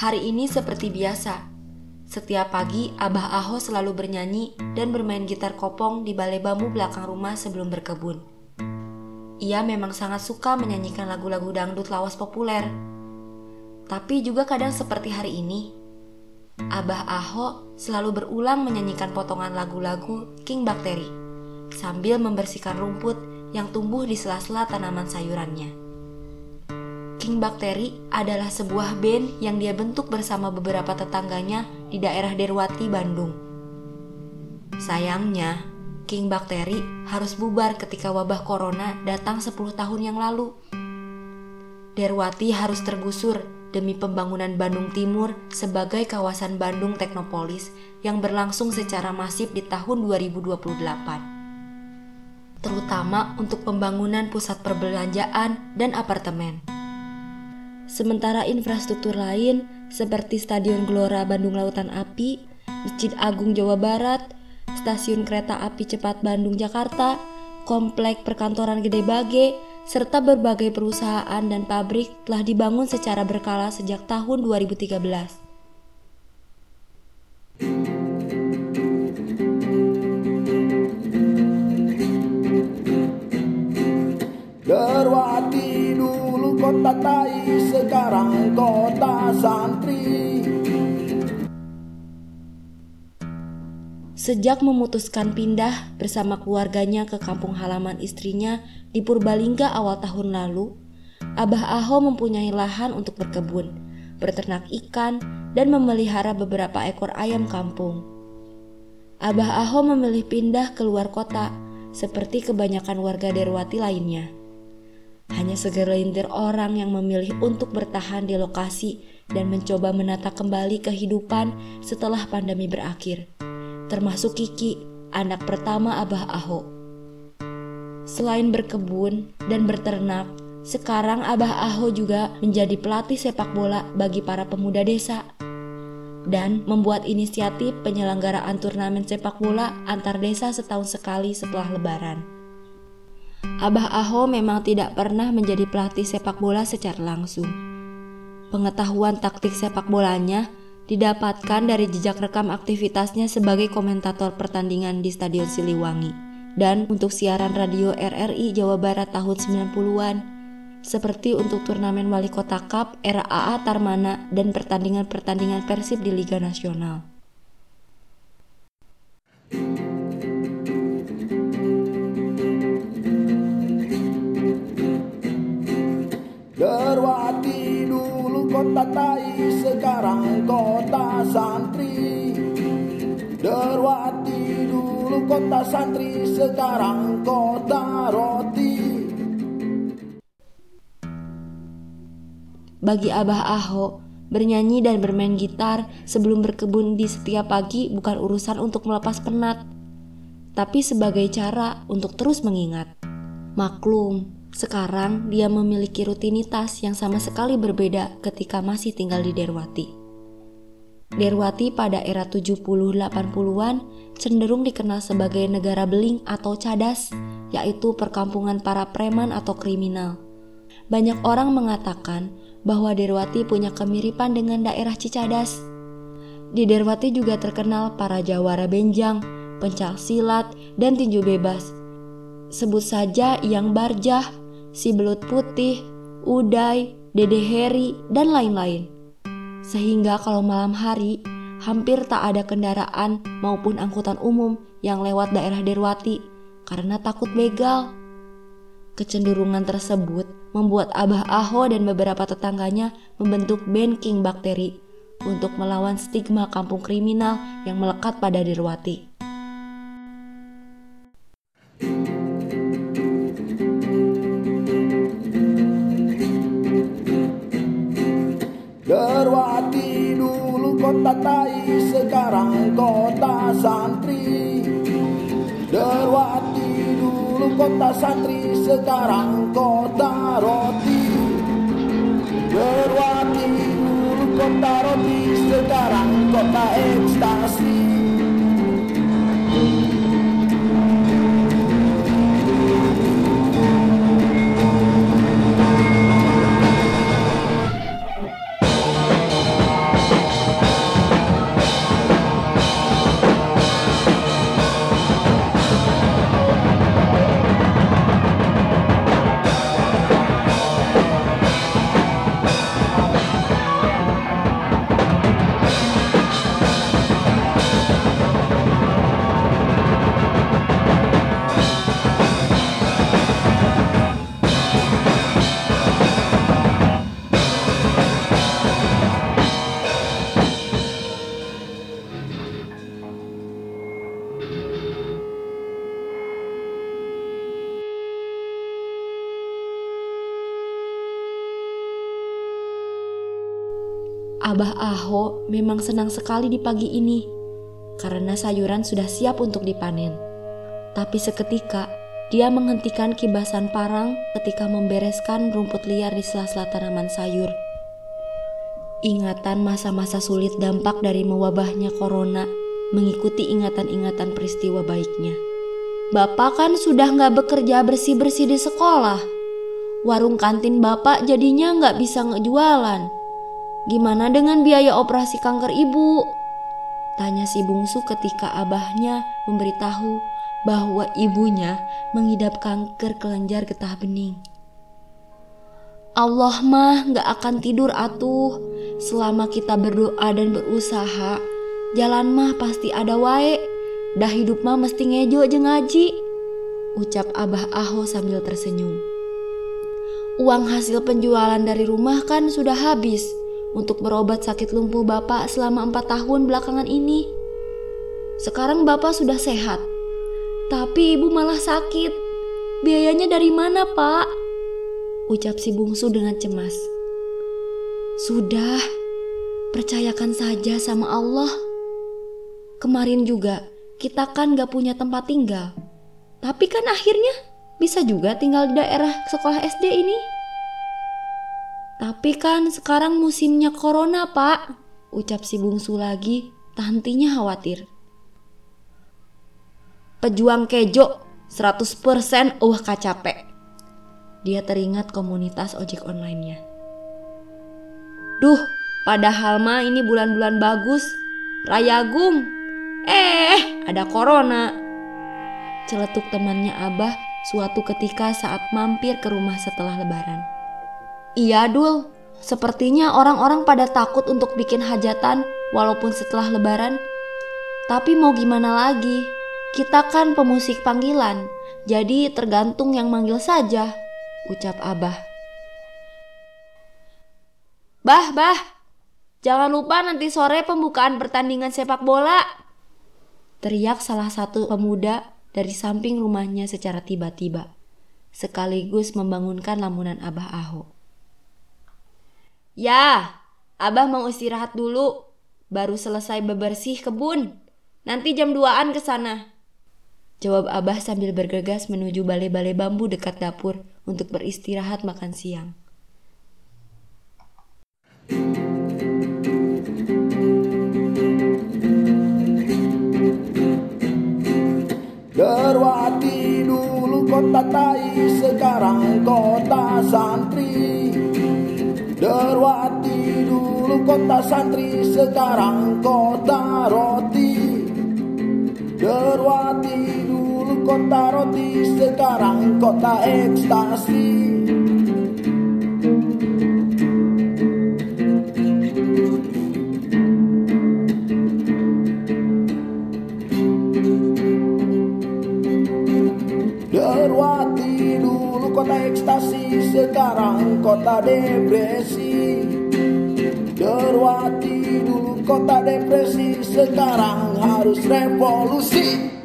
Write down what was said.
Hari ini seperti biasa. Setiap pagi, Abah Aho selalu bernyanyi dan bermain gitar kopong di balai bambu belakang rumah sebelum berkebun. Ia memang sangat suka menyanyikan lagu-lagu dangdut lawas populer. Tapi juga kadang seperti hari ini, Abah Aho selalu berulang menyanyikan potongan lagu-lagu King Bakteri sambil membersihkan rumput yang tumbuh di sela-sela tanaman sayurannya. King Bakteri adalah sebuah band yang dia bentuk bersama beberapa tetangganya di daerah Derwati, Bandung. Sayangnya, King Bakteri harus bubar ketika wabah corona datang 10 tahun yang lalu. Derwati harus tergusur demi pembangunan Bandung Timur sebagai kawasan Bandung Teknopolis yang berlangsung secara masif di tahun 2028. Terutama untuk pembangunan pusat perbelanjaan dan apartemen. Sementara infrastruktur lain seperti Stadion Gelora Bandung Lautan Api, Masjid Agung Jawa Barat, Stasiun Kereta Api Cepat Bandung Jakarta, Komplek Perkantoran Gede Bage, serta berbagai perusahaan dan pabrik telah dibangun secara berkala sejak tahun 2013. Derwati dulu kota tai, sekarang kota santri. Sejak memutuskan pindah bersama keluarganya ke kampung halaman istrinya di Purbalingga awal tahun lalu, Abah Aho mempunyai lahan untuk berkebun, beternak ikan, dan memelihara beberapa ekor ayam kampung. Abah Aho memilih pindah ke luar kota, seperti kebanyakan warga Derwati lainnya. Hanya segelintir orang yang memilih untuk bertahan di lokasi dan mencoba menata kembali kehidupan setelah pandemi berakhir, termasuk Kiki, anak pertama Abah Aho. Selain berkebun dan berternak, sekarang Abah Aho juga menjadi pelatih sepak bola bagi para pemuda desa dan membuat inisiatif penyelenggaraan turnamen sepak bola antar desa setahun sekali setelah Lebaran. Abah Aho memang tidak pernah menjadi pelatih sepak bola secara langsung. Pengetahuan taktik sepak bolanya didapatkan dari jejak rekam aktivitasnya sebagai komentator pertandingan di Stadion Siliwangi dan untuk siaran radio RRI Jawa Barat tahun 90-an, seperti untuk turnamen Wali Kota Cup era AA Tarmana dan pertandingan-pertandingan Persib di Liga Nasional. Derwati dulu kota tai, sekarang kota santri. Derwati dulu kota santri, sekarang kota roti. Bagi Abah Aho, bernyanyi dan bermain gitar sebelum berkebun di setiap pagi bukan urusan untuk melepas penat, tapi sebagai cara untuk terus mengingat. Maklum, sekarang dia memiliki rutinitas yang sama sekali berbeda ketika masih tinggal di Derwati. Derwati pada era 70-80-an cenderung dikenal sebagai negara beling atau cadas, yaitu perkampungan para preman atau kriminal. Banyak orang mengatakan bahwa Derwati punya kemiripan dengan daerah Cicadas. Di Derwati juga terkenal para jawara benjang, pencak silat, dan tinju bebas. Sebut saja Yang Barjah, Si Belut Putih, Uday, Dede Heri, dan lain-lain. Sehingga kalau malam hari, hampir tak ada kendaraan maupun angkutan umum yang lewat daerah Derwati karena takut begal. Kecenderungan tersebut membuat Abah Aho dan beberapa tetangganya membentuk band King Bakteri untuk melawan stigma kampung kriminal yang melekat pada Derwati. Derwati dulu kota tai, sekarang kota santri. Derwati dulu kota santri, sekarang kota roti. Derwati dulu kota roti, sekarang kota ekstasi. Abah Aho memang senang sekali di pagi ini karena sayuran sudah siap untuk dipanen. Tapi seketika dia menghentikan kibasan parang ketika membereskan rumput liar di sela-sela tanaman sayur. Ingatan masa-masa sulit dampak dari mewabahnya corona mengikuti ingatan-ingatan peristiwa baiknya. Bapak kan sudah gak bekerja bersih-bersih di sekolah. Warung kantin bapak jadinya gak bisa ngejualan. Gimana dengan biaya operasi kanker ibu? Tanya si bungsu ketika abahnya memberitahu bahwa ibunya mengidap kanker kelenjar getah bening. Allah mah gak akan tidur atuh. Selama kita berdoa dan berusaha, jalan mah pasti ada wae. Dah hidup mah mesti ngejo jeung ngaji, ucap Abah Aho sambil tersenyum. Uang hasil penjualan dari rumah kan sudah habis untuk berobat sakit lumpuh bapak selama 4 tahun belakangan ini. Sekarang bapak sudah sehat, tapi ibu malah sakit. Biayanya dari mana, Pak? Ucap si bungsu dengan cemas. Sudah, percayakan saja sama Allah. Kemarin juga kita kan gak punya tempat tinggal, tapi kan akhirnya bisa juga tinggal di daerah sekolah SD ini. Tapi kan sekarang musimnya corona, Pak, ucap si bungsu lagi, tak hentinya khawatir. Pejuang kejo 100% capek. Dia teringat komunitas ojek online-nya. Duh, padahal mah ini bulan-bulan bagus. Rayagung. Ada corona. Celetuk temannya Abah suatu ketika saat mampir ke rumah setelah lebaran. Iya Dul, sepertinya orang-orang pada takut untuk bikin hajatan walaupun setelah lebaran. Tapi mau gimana lagi, kita kan pemusik panggilan, jadi tergantung yang manggil saja, ucap Abah. Bah, jangan lupa nanti sore pembukaan pertandingan sepak bola, teriak salah satu pemuda dari samping rumahnya secara tiba-tiba, sekaligus membangunkan lamunan Abah Aho. Ya, Abah mau istirahat dulu, baru selesai bebersih kebun, nanti jam 2-an kesana, jawab Abah sambil bergegas menuju balai-balai bambu dekat dapur untuk beristirahat makan siang. Derwati dulu kota Tai, sekarang kota santri. Derwati dulu kota santri, sekarang kota roti. Derwati dulu kota roti, sekarang kota ekstasi. Derwati dulu kota ekstasi, sekarang kota depresi. Derwati dulu kota depresi, sekarang harus revolusi.